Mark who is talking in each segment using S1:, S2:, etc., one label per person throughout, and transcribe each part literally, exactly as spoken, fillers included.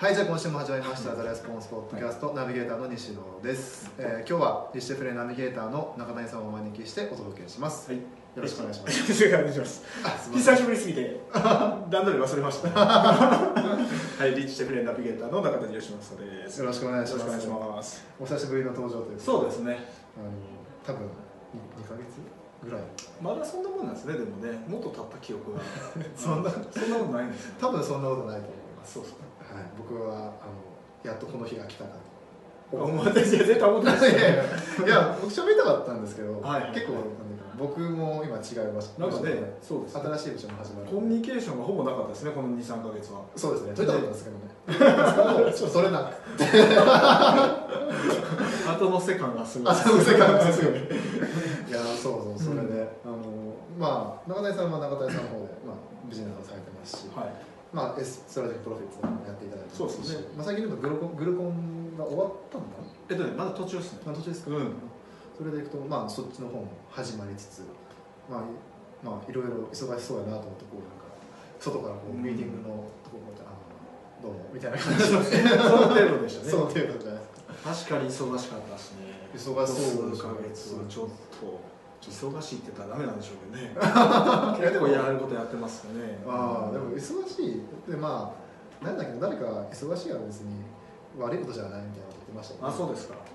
S1: はい、じゃあ今週も始まりました「ザ・レスポンスポッドキャスト」ナビゲーターの西野です、えー、今日はリッシェフレナビゲーターの中谷さんをお招きしてお届けします。はい、よろしくお願いします。
S2: よろしくお願いします。久しぶりすぎて段取り忘れましたね。はい、リッチシェフレナビゲーターの中谷義正です。
S1: よろしくお願いします。
S2: よろしくお願いします。
S1: お久しぶりの登場という
S2: そうですね。
S1: あの多分にかげつぐらい。
S2: まだそんなもんなんですね。でもね、もっと経った記憶が
S1: そんな
S2: そんなことないんですね。
S1: 多分そんなことないと思います。
S2: そうですか。
S1: はい、僕はあのやっとこの日が来たかと。
S2: 私は絶対思ってないです。
S1: いやいや、いや僕喋りたかったんですけど、
S2: はいはい、
S1: 結構僕も今違う場所
S2: なんかね、そうです、ね、
S1: 新しい部署も始まる。
S2: コミュニケーションがほぼなかったですね、このに、さんかげつは。
S1: そうですね、取りたかったんですけどね。ちょっと取れなくて。
S2: 後のせ感がすごい。
S1: 後のせ感がすごい。いや、そうそう、それで、うん、あの、まあ、中谷さんは中谷さんの方で、まあ、ビジネスをされてますし。はい、まあ、エスストラテジックプロフィッツもやっていただいてますし、そうですね。まあ、最近でもグルコン、グルコンが終わったのかな。
S2: えっとね、まだ途中ですね。
S1: まあ、途中ですか。うん。それでいくと、まあ、そっちの方も始まりつつ、まあ、まあ、いろいろ忙しそうやなと思って、こう、なんか。外からこう、ミーティングのところで、あの、どうもみたいな感じで。
S2: その程度でしたね。
S1: その程度じゃないですか。
S2: 確かに忙しかったですね。
S1: 忙しそう。
S2: 数ヶ月はちょっと。忙しいって言ったらダメなんでしょうけどね。結構やることやってますよね。
S1: ああ、でも忙しいで、まあなんだけど誰か忙しいは別に悪いことじゃないみたいなこと言ってましたけど、ね。
S2: あ、そうですか。はい。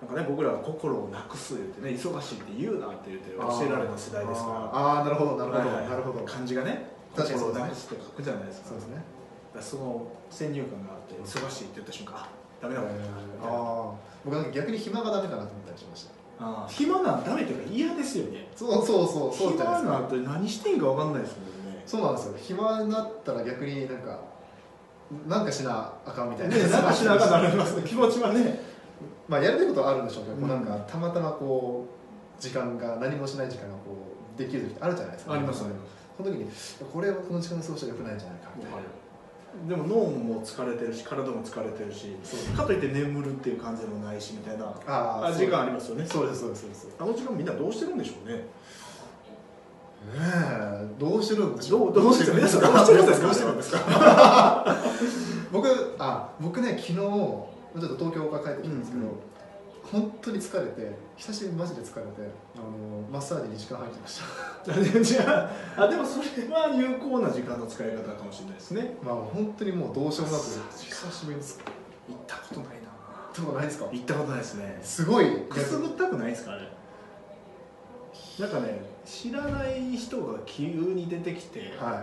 S2: なんかね、僕らは心をなくす言ってね、忙しいって言うなって言って教えられた世代ですから。
S1: ああ、なるほどなるほど、はいはい、なるほど。
S2: 漢字がね、
S1: 確かにそうですね。
S2: 心をなくすって書くじゃないですか。
S1: そうですね。
S2: その先入観があって忙しいって言った瞬間、あ、ダメだもん。あ
S1: あ、僕なんか逆に暇がダメかなと思ったりしました。
S2: ああ、暇なんダメというか嫌ですよね。
S1: そうそうそうそう。
S2: 暇なんて何していいんかわかんないですもんね。
S1: そうなんですよ。暇になったら逆になんかなんかしなあかんみたいな。
S2: ね、なんかしなあかんなりますね。気持ちはね。
S1: まあやるべきことはあるんでしょうけど、うん、なんかたまたまこう時間が何もしない時間がこうできる時ってあるじゃないですか。
S2: ありますあります。
S1: その時にこれをこの時間で過ごしたら良くないんじゃないかみたいな。
S2: でも脳も疲れてるし体も疲れてるし、かといって眠るっていう感じでもないしみたいなあ時間ありますよね。
S1: そうですそうですそうです。
S2: あの時間みんなどうしてるんでしょうね。
S1: ねえ、どうしてるんですか。
S2: どうどうしてる皆さんどうしてるんですか。どうしてるんですか。
S1: 僕あ僕ね、昨日ちょっと東京から帰ってきたんですけど、うんうん、本当に疲れて、久しぶりにマジで疲れて、あのマッサージにじかん入ってました。
S2: じゃあ、あでもそれは有効な時間の使い方かもしれないですね。
S1: まあ本当にもうどうしようもなく久しぶりに
S2: 行ったことないな。
S1: 行ったことないですか。
S2: 行ったことないですね。
S1: すごい
S2: くすぐったくないですかあれ。なんかね、知らない人が急に出てきて、はい。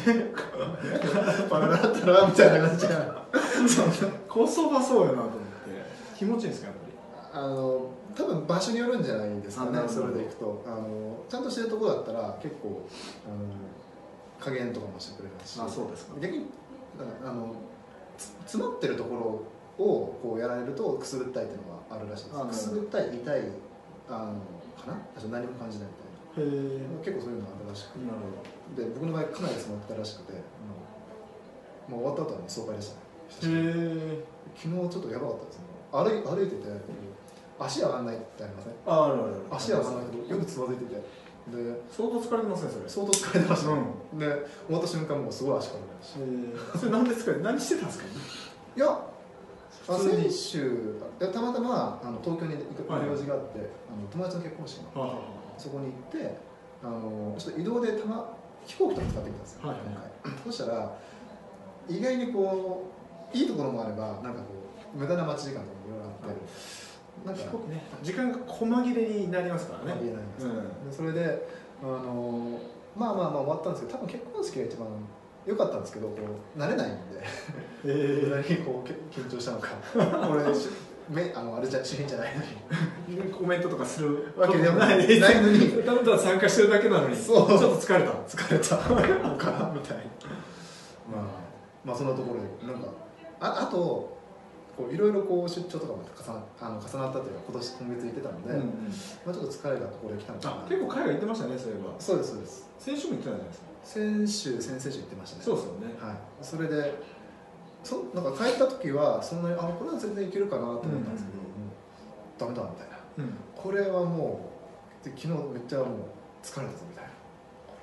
S2: ね、
S1: バカだったらみたいな感じが
S2: こそばそうやなと思って気持ちいいんですかやっ
S1: ぱり。あの多分場所によるんじゃないですかね。それでいくとあのちゃんとしてるところだったら結構あの加減とかもしてくれるし、
S2: あ、そうですか。
S1: 逆にあの詰まってるところをこうやられるとくすぐったいっていうのがあるらしいです。くすぐったい、痛いあのかな、何も感じないみたいな。へ結構そういうのがあるらしくて、なるほど。で僕の場合かなり詰まったらしくて、もう終わった後はもう爽快でしたね。へ昨日ちょっとやばかったですね。歩い歩いてて足上がらないってありません？あ、あるある。足上がらないとよくつまずいてて、で相当疲れてますねそれ。相当疲れてましたね。うん、で終わった瞬間もうすごい足からし。
S2: それなんで疲れ？何してたんですか？
S1: いや。先週たまたまあの東京に行く用事があって、はい、あの友達の結婚式があって、そこに行ってあのちょっと移動でたま飛行機とか使ってきたんですよ、はい、今回。そしたら意外にこういいところもあればなんかこう無駄な待ち時間とかもいろいろあって、
S2: なんか飛行機ね時間が細切れになりますからね。
S1: 細切れになりますから、ね、うん、でそれであのまあまあまあ終わったんですけど、多分結婚式が一番良かったんですけど、こう慣れないんで、えー、何こう緊張したのか、俺めあのあれじゃ主品じゃないの
S2: にコメントとかする
S1: わけでもないないのに、
S2: ただただ参加してるだけなのに、そうちょっと疲れた
S1: 疲れたのかなみたいな。まあまあそんなところでなんかああとこういろいろこう出張とかも重なあの重なったというか今年今月行ってたので、うんうん、まあちょっと疲れたところで来たのかな。
S2: あ、結構海外行ってましたねそういえば。そう
S1: ですそうです。
S2: 先週も行ってたじゃないですか。
S1: 先週先々週行ってましたね。
S2: そうですよね。
S1: はい。それでそなんか帰った時はそんなにあこれは全然いけるかなと思ったんですけど、うんうん、ダメだみたいな、うん、これはもうで昨日めっちゃもう疲れたぞみたいな、こ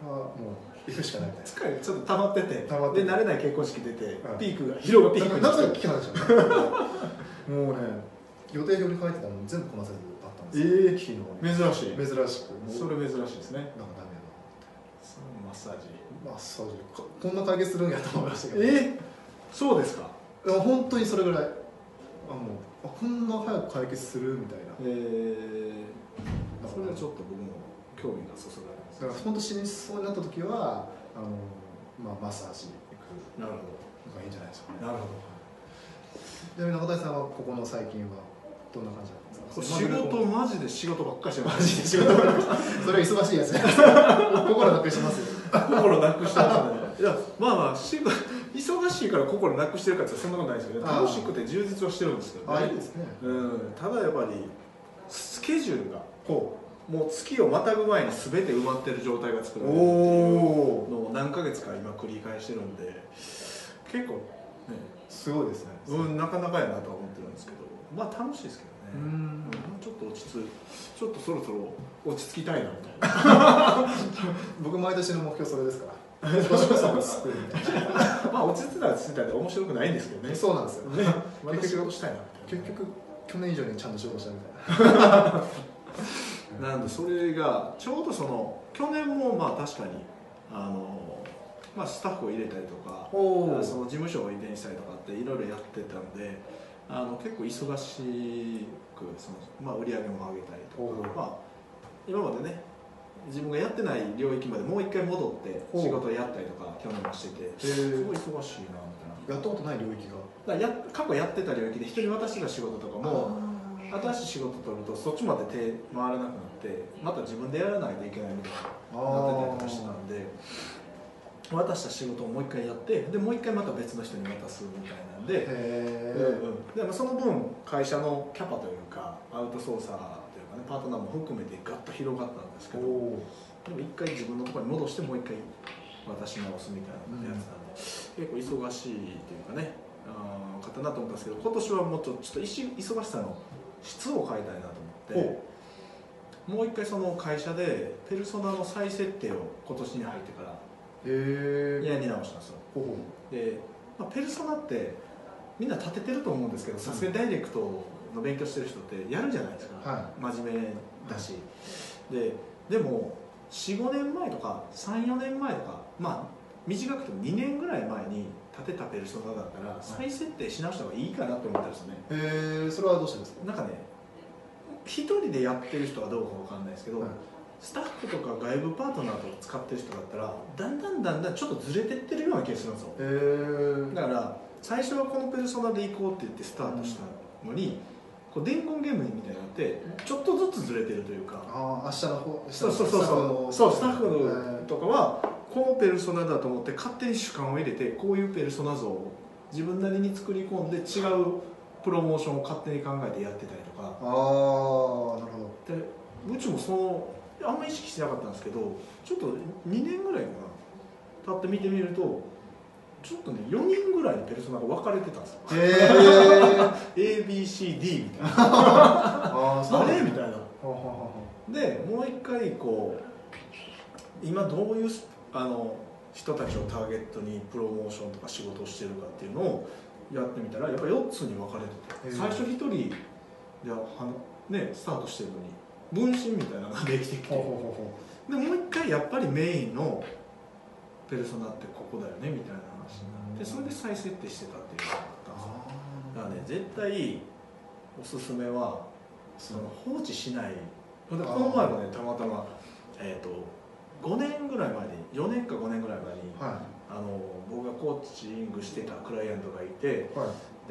S1: もう行くしかないみたいな。
S2: 疲れちょっと溜まってて、で慣れない結婚式出て、
S1: うん、
S2: ピークが疲労がピークに
S1: なぜか聞き話したねもうね予定表に書いてたの全部こなせずだったんですよ。
S2: えー、
S1: 昨日
S2: 珍しい
S1: 珍しく
S2: それ珍しいですね。
S1: なんかダメだ
S2: そのマッサージ
S1: マッサージこんな解決するんやと思いましたけど。
S2: えー、そうですか。
S1: いや本当にそれぐらいあもうあこんな早く解決するみたいな。
S2: えー、それはちょっと僕も興味がそそられます。
S1: だから本当死にそうになった時はあの、まあ、マッサージ行く
S2: なるほ
S1: のがいいんじゃないですかね。
S2: どなるほ
S1: ちなみに中谷さんはここの最近はどんな感じなんですか。
S2: 仕事マジで仕事ばっかりしてます。
S1: マジで仕事それは忙しいやつ心なくしますよ
S2: 心なくしてますね。いやまあまあ仕事忙しいから心なくしてるかってそんなことないですけど、ね、楽しくて充実はしてるんですけどね。
S1: あいいですね、
S2: うん、ただやっぱりスケジュールがこうもう月をまたぐ前に全て埋まってる状態が作られるっていうのを何ヶ月か今繰り返してるんで結構ね
S1: すごいですね、
S2: うん、なかなかやなとは思ってるんですけど、まあ楽しいですけどね。うん、ちょっと落ち着ちょっとそろそろ落ち着きたいなみたいな
S1: 僕毎年の目標それですから年こそ落ち着くみたいな
S2: まあ落ち着いたら落ち着いたで面白くないんですけどね。
S1: そうなんですよね
S2: また仕事したいなみたいな。
S1: 結局去年以上にちゃんと仕事したみたいな
S2: なんでそれがちょうどその去年もまあ確かにあの、まあ、スタッフを入れたりとかその事務所を移転したりとかっていろいろやってたんであの結構忙しくその、まあ、売り上げも上げたりとか、まあ、今までね自分がやってない領域までもう一回戻って仕事をやったりとか去年もしててすごい忙しいなみたいな。
S1: やったことない領域が
S2: だからや過去やってた領域で人に渡してた仕事とかも新しい仕事取るとそっちまで手回らなくなってまた自分でやらないといけないみたいになってたりとかしてたんで渡した仕事をもう一回やってでもう一回また別の人に渡すみたいなんで、うんうん、でもその分会社のキャパというかアウトソーサーというかねパートナーも含めてガッと広がったんですけどでも一回自分のところに戻してもう一回渡し直すみたいなやつなんで、うん、結構忙しいというかねあかったなと思ったんですけど今年はもうちょっと忙しさの質を変えたいなと思ってもう一回その会社でペルソナの再設定を今年に入ってからやり直したんですよ。で、まあ、ペルソナってみんな立ててると思うんですけどさすがにダイレクトの勉強してる人ってやるじゃないですか、はい、真面目だし、はい、で, でも よん,ご 年前とか さん,よ 年前とかまあ短くてもにねんぐらい前に立てたペルソナだったら再設定し直した方がいいかなと思ったんですよね。
S1: へえ、それはどうしてですか。
S2: なんかね一人でやってる人はどうかわかんないですけど、はい、スタッフとか外部パートナーとか使ってる人だったらだんだんだんだんちょっとずれてってるような気がするんですよ。へだから最初はこのペルソナで行こうって言ってスタートしたのに、うん、こう伝言ゲームみたいになってちょっとずつずれてるというか
S1: ああ明日の方
S2: そうそうそうそうそうスタッフとかはこのペルソナだと思って勝手に主観を入れてこういうペルソナ像を自分なりに作り込んで違うプロモーションを勝手に考えてやってたりとか。
S1: ああなるほ
S2: ど。でうちもそのあんまり意識してなかったんですけどちょっとにねんぐらいかな経って見てみるとちょっとねよにんぐらいにペルソナが分かれてたんですよ。へえ エービーシーディー みたいなあ, あれみたいなでもう一回こう今どういうあの人たちをターゲットにプロモーションとか仕事をしてるかっていうのをやってみたらやっぱよっつに分かれてて最初ひとりではねスタートしてるのに分身みたいなのができてきてでもう一回やっぱりメインのペルソナってここだよねみたいな話になってそれで再設定してたっていうのがあったんですよ。だからね絶対おすすめはその放置しない。この前もねたまたま、えー、とごねんぐらい前によねんかごねんぐらい前に、はい、あの僕がコーチングしてたクライアントがいて、はい、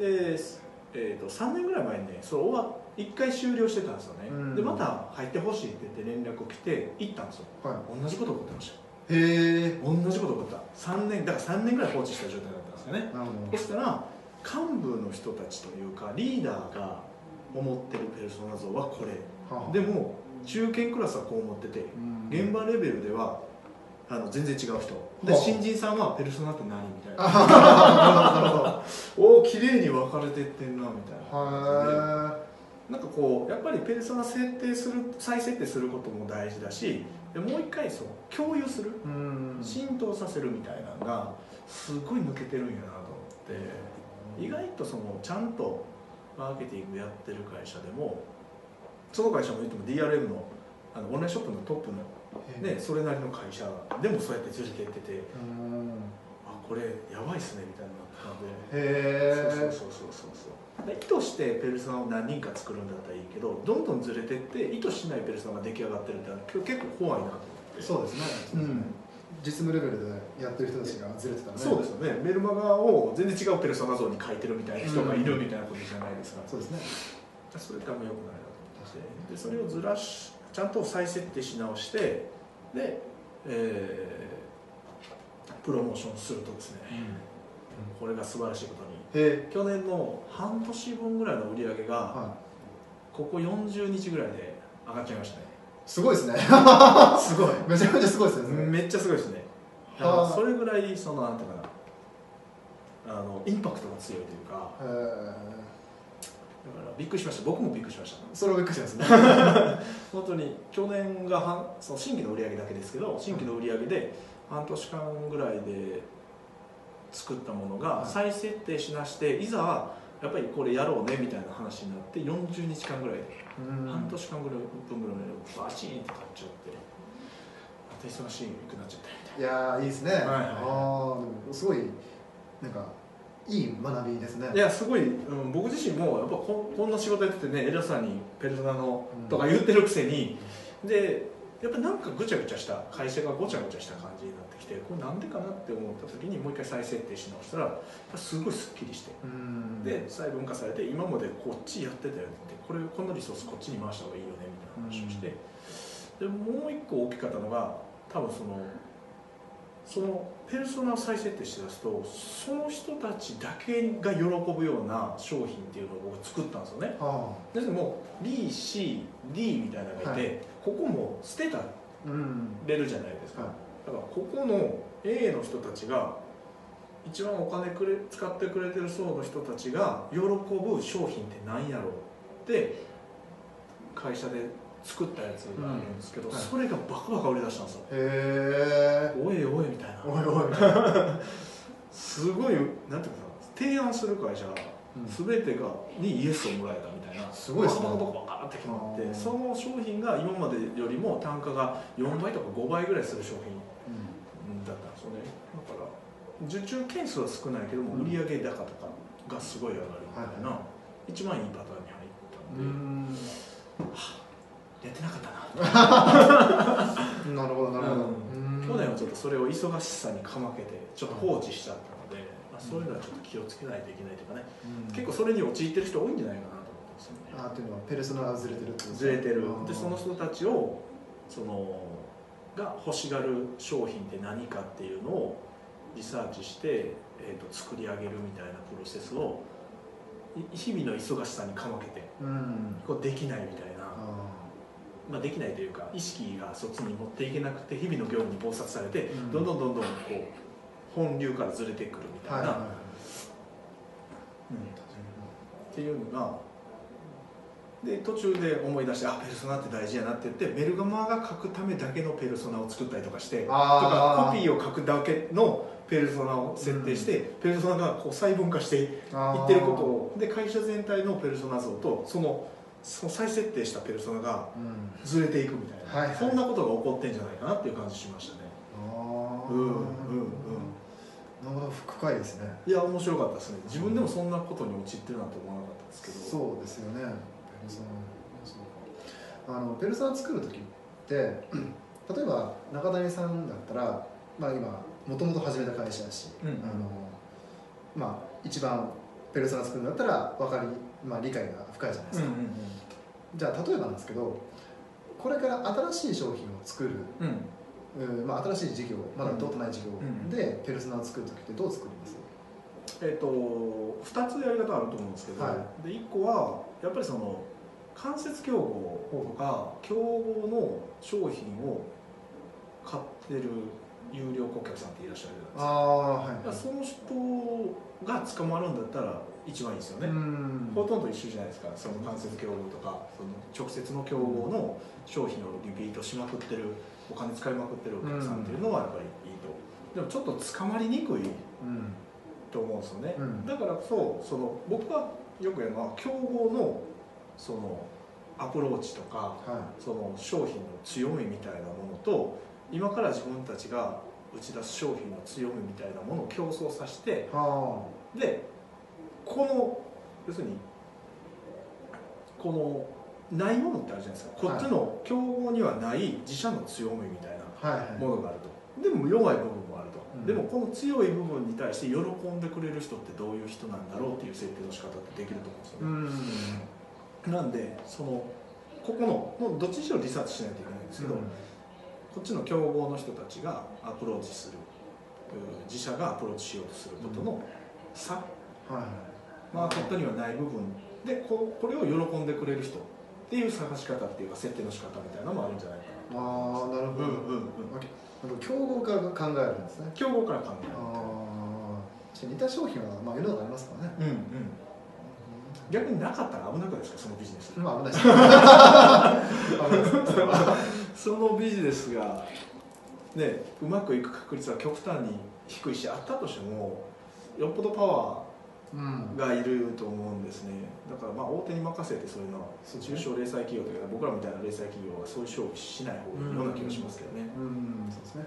S2: で、えー、とさんねんぐらい前にねそれ終わいっかい終了してたんですよね、うん、でまた入ってほしいって言って連絡来て行ったんですよ、はい、同じこと起こってました。へえ同じこと起こったさんねんだからさんねんぐらい放置した状態だったんですよね、うん、そしたら幹部の人たちというかリーダーが思ってるペルソナ像はこれ、はあ、でも中堅クラスはこう思ってて、うん、現場レベルではあの全然違う人で、はあ、新人さんはペルソナって何みたいなおお綺麗に分かれてってんなみたいな感じでなんかこうやっぱりペルソナ設定する再設定することも大事だし、でもう一回そう共有する、浸透させるみたいなのがすごい抜けてるんやなと思って、意外とそのちゃんとマーケティングやってる会社でも、その会社も言っても ディーアールエム の, あのオンラインショップのトップの、ね、それなりの会社でもそうやってずれていってて、あこれやばいっすねみたいになったので、へそうそうそうそうそうで意図してペルソナを何人か作るんだったらいいけど、どんどんずれてって意図しないペルソナが出来上がってるってのは結構怖いなと思って。
S1: そうですね、うん、実務レベルでやってる人たちがずれてたらね。
S2: そうですよね、メルマガを全然違うペルソナ像に書いてるみたいな人がいるみたいなことじゃないですか、うん、
S1: そうですね。
S2: それってあんま良くないなと思って、でそれをずらしちゃんと再設定し直して、で、えー、プロモーションするとですね、うん、これが素晴らしいことに、去年の半年分ぐらいの売り上げが、はい、ここよんじゅうにちぐらいで上がっちゃいましたね。
S1: すごいですねすごい、めちゃめちゃすごいですね。
S2: めっちゃすごいですね。だからそれぐらいそのなんていうかな、あのインパクトが強いというか、だからびっくりしました。僕もびっくりしました。
S1: それはびっくりしますね
S2: 本当に去年がはんその新規の売り上げだけですけど、新規の売り上げで半年間ぐらいで作ったものが再設定しなして、いざやっぱりこれやろうねみたいな話になってよんじゅうにちかんぐらいで、半年間ぐらい分ぐらいでバチンって買っちゃって、また忙しくなっちゃったみたいな。
S1: いやーいいですね、はいはい、あでもすごいなんかいい学びですね。
S2: いやすごい、うん、僕自身もやっぱ こ, こんな仕事やっててね、偉さにペルソナのとか言ってるくせに、うん、でやっぱなんかぐちゃぐちゃした会社がごちゃごちゃした感じになってきて、これなんでかなって思った時にもう一回再設定し直したらすごいすっきりして、で細分化されて、今までこっちやってたよねって、これこのリソースこっちに回した方がいいよねみたいな話をして、でもう一個大きかったのが、多分そのそのペルソナを再設定して出すと、その人たちだけが喜ぶような商品っていうのを僕作ったんですよね。ですからもう ビー、シー、ディー みたいなのがいて、はい、ここも捨てたれるじゃないですか、うん、だからここの エー の人たちが一番お金くれ使ってくれてる層の人たちが喜ぶ商品って何やろうって会社で作ったやつがあるんですけど、うんはい、それがバカバカ売り出したんですよ。へー、おいおいみたいな、おいおいみたいなすごいなんていうか提案する会社全てがにイエスをもらえたみたいな、すごいですね、バカバカバカって決まって、その商品が今までよりも単価がよんばいとかごばいぐらいする商品だったんですよね。だから受注件数は少ないけども売上高とかがすごい上がるみたいな、はい、一番いいパターンに入ったんで、はあやってなかったななるほどなるほど、うん、去年はちょっとそれを忙しさにかまけてちょっと放置しちゃったので、まあ、そういうのはちょっと気をつけないといけないというかね、うん、結構それに陥ってる人多いんじゃないかなと思ってますよね。
S1: あっていうのはペルソナがずれてるってこと
S2: ずれてる。でその人たちをそのが欲しがる商品って何かっていうのをリサーチして、えー、と作り上げるみたいなプロセスを日々の忙しさにかまけて、うん、こうできないみたいな、まあ、できないというか意識がそっちに持っていけなくて日々の業務に忙殺されて、うん、どんどんどんどんこう本流からずれてくるみたいな、っていうのがで途中で思い出して、あペルソナって大事やなって言ってメルガマが書くためだけのペルソナを作ったりとかしてとかコピーを書くだけのペルソナを設定して、うん、ペルソナがこう細分化していってることをで会社全体のペルソナ像とそのその再設定したペルソナがずれていくみたいな、うんはいはい、そんなことが起こってんじゃないかなっていう感じしましたね。あうんうんうん
S1: なるほど深いですね。
S2: いや面白かったですね。自分でもそんなことに陥ってるなんて思わなかったですけど。
S1: そうですよね。あのペルソナ作る時って例えば中谷さんだったら、まあ、今もともと始めた会社だし、うんうん、あのまあ、一番ペルソナ作るんだったら分かり、まあ、理解が深いじゃないですか、うんうんうん、じゃあ例えばなんですけどこれから新しい商品を作る、うんまあ、新しい事業まだ通ってない事業でペルソナを作る時ってどう作ります？
S2: えー、とふたつやり方あると思うんですけど、はい、でいっこはやっぱりその間接競合とか競合の商品を買ってる有料顧客さんっていらっしゃるじゃないですか。あ、はい、その人が捕まるんだったら一番いいですよね。ほとんど一緒じゃないですか。その間接競合とかその直接の競合の商品をリピートしまくってる、お金使いまくってるお客さんっていうのはやっぱりいいと。でもちょっと捕まりにくいと思うんですよね。だからこそ、その僕はよくやるのは競合のそのアプローチとか、はい、その商品の強みみたいなものと今から自分たちが打ち出す商品の強みみたいなものを競争させて、でこの要するにこのないものってあるじゃないですか。こっちの競合にはない自社の強みみたいなものがあると。でも弱い部分もあると。うん、でもこの強い部分に対して喜んでくれる人ってどういう人なんだろうっていう設定の仕方ってできると思うんですよね。うん、なんでそのここのもうどっちにしろリサーチしないといけないんですけど、うん、こっちの競合の人たちがアプローチする、自社がアプローチしようとすることの差、うん、はい、マーケットにはない部分で こ, これを喜んでくれる人っていう探し方っていうか設定の仕方みたいなのもあるんじゃないかな。
S1: ああ、なるほど。うんうんうん、競合から考えるんですね。
S2: 競合から考える。
S1: ああ、似た商品はまあ世の中ありますからね。うんうん。
S2: 逆になかったら危なくないですか、そのビジネス。
S1: まあ危ない
S2: です。そのビジネスがね、うまくいく確率は極端に低いし、あったとしてもよっぽどパワーがいると思うんですね。だからまあ大手に任せてそういうのは中小零細企業というか僕らみたいな零細企業はそういう勝負しない方がいいような気がしますけどね。
S1: うん、うん、そうですね。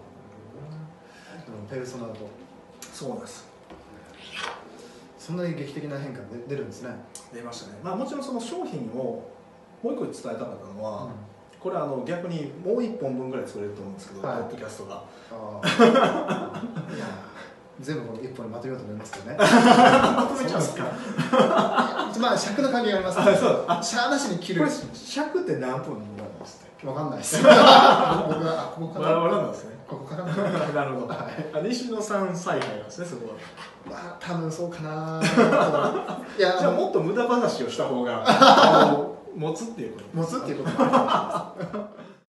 S1: ペルソナと
S2: そうなんです。
S1: そんなに劇的な変化が出るんですね。
S2: 出ましたね。まあもちろんその商品をもう一個伝えたかったのは、うん、これはあの逆にもう一本分ぐらい作れると思うんですけど、はい、ポッドキャストが。あ
S1: いや全部この一本にまとめようと思いますけどね。
S2: まとめちゃうんですか。
S1: まあ尺の関係がありますから、ね。そうあ尺なしに切る。
S2: これ尺って何分になるんですか。
S1: わかんないです。僕はここから。
S2: わかんないですね。
S1: ここから。
S2: なるほど。はい、西野さん采配なんですね、そこは。
S1: まあ多分そうかな。いや
S2: じゃあもっと無駄話をした方が持つっていうこと。
S1: 持つっていうこと。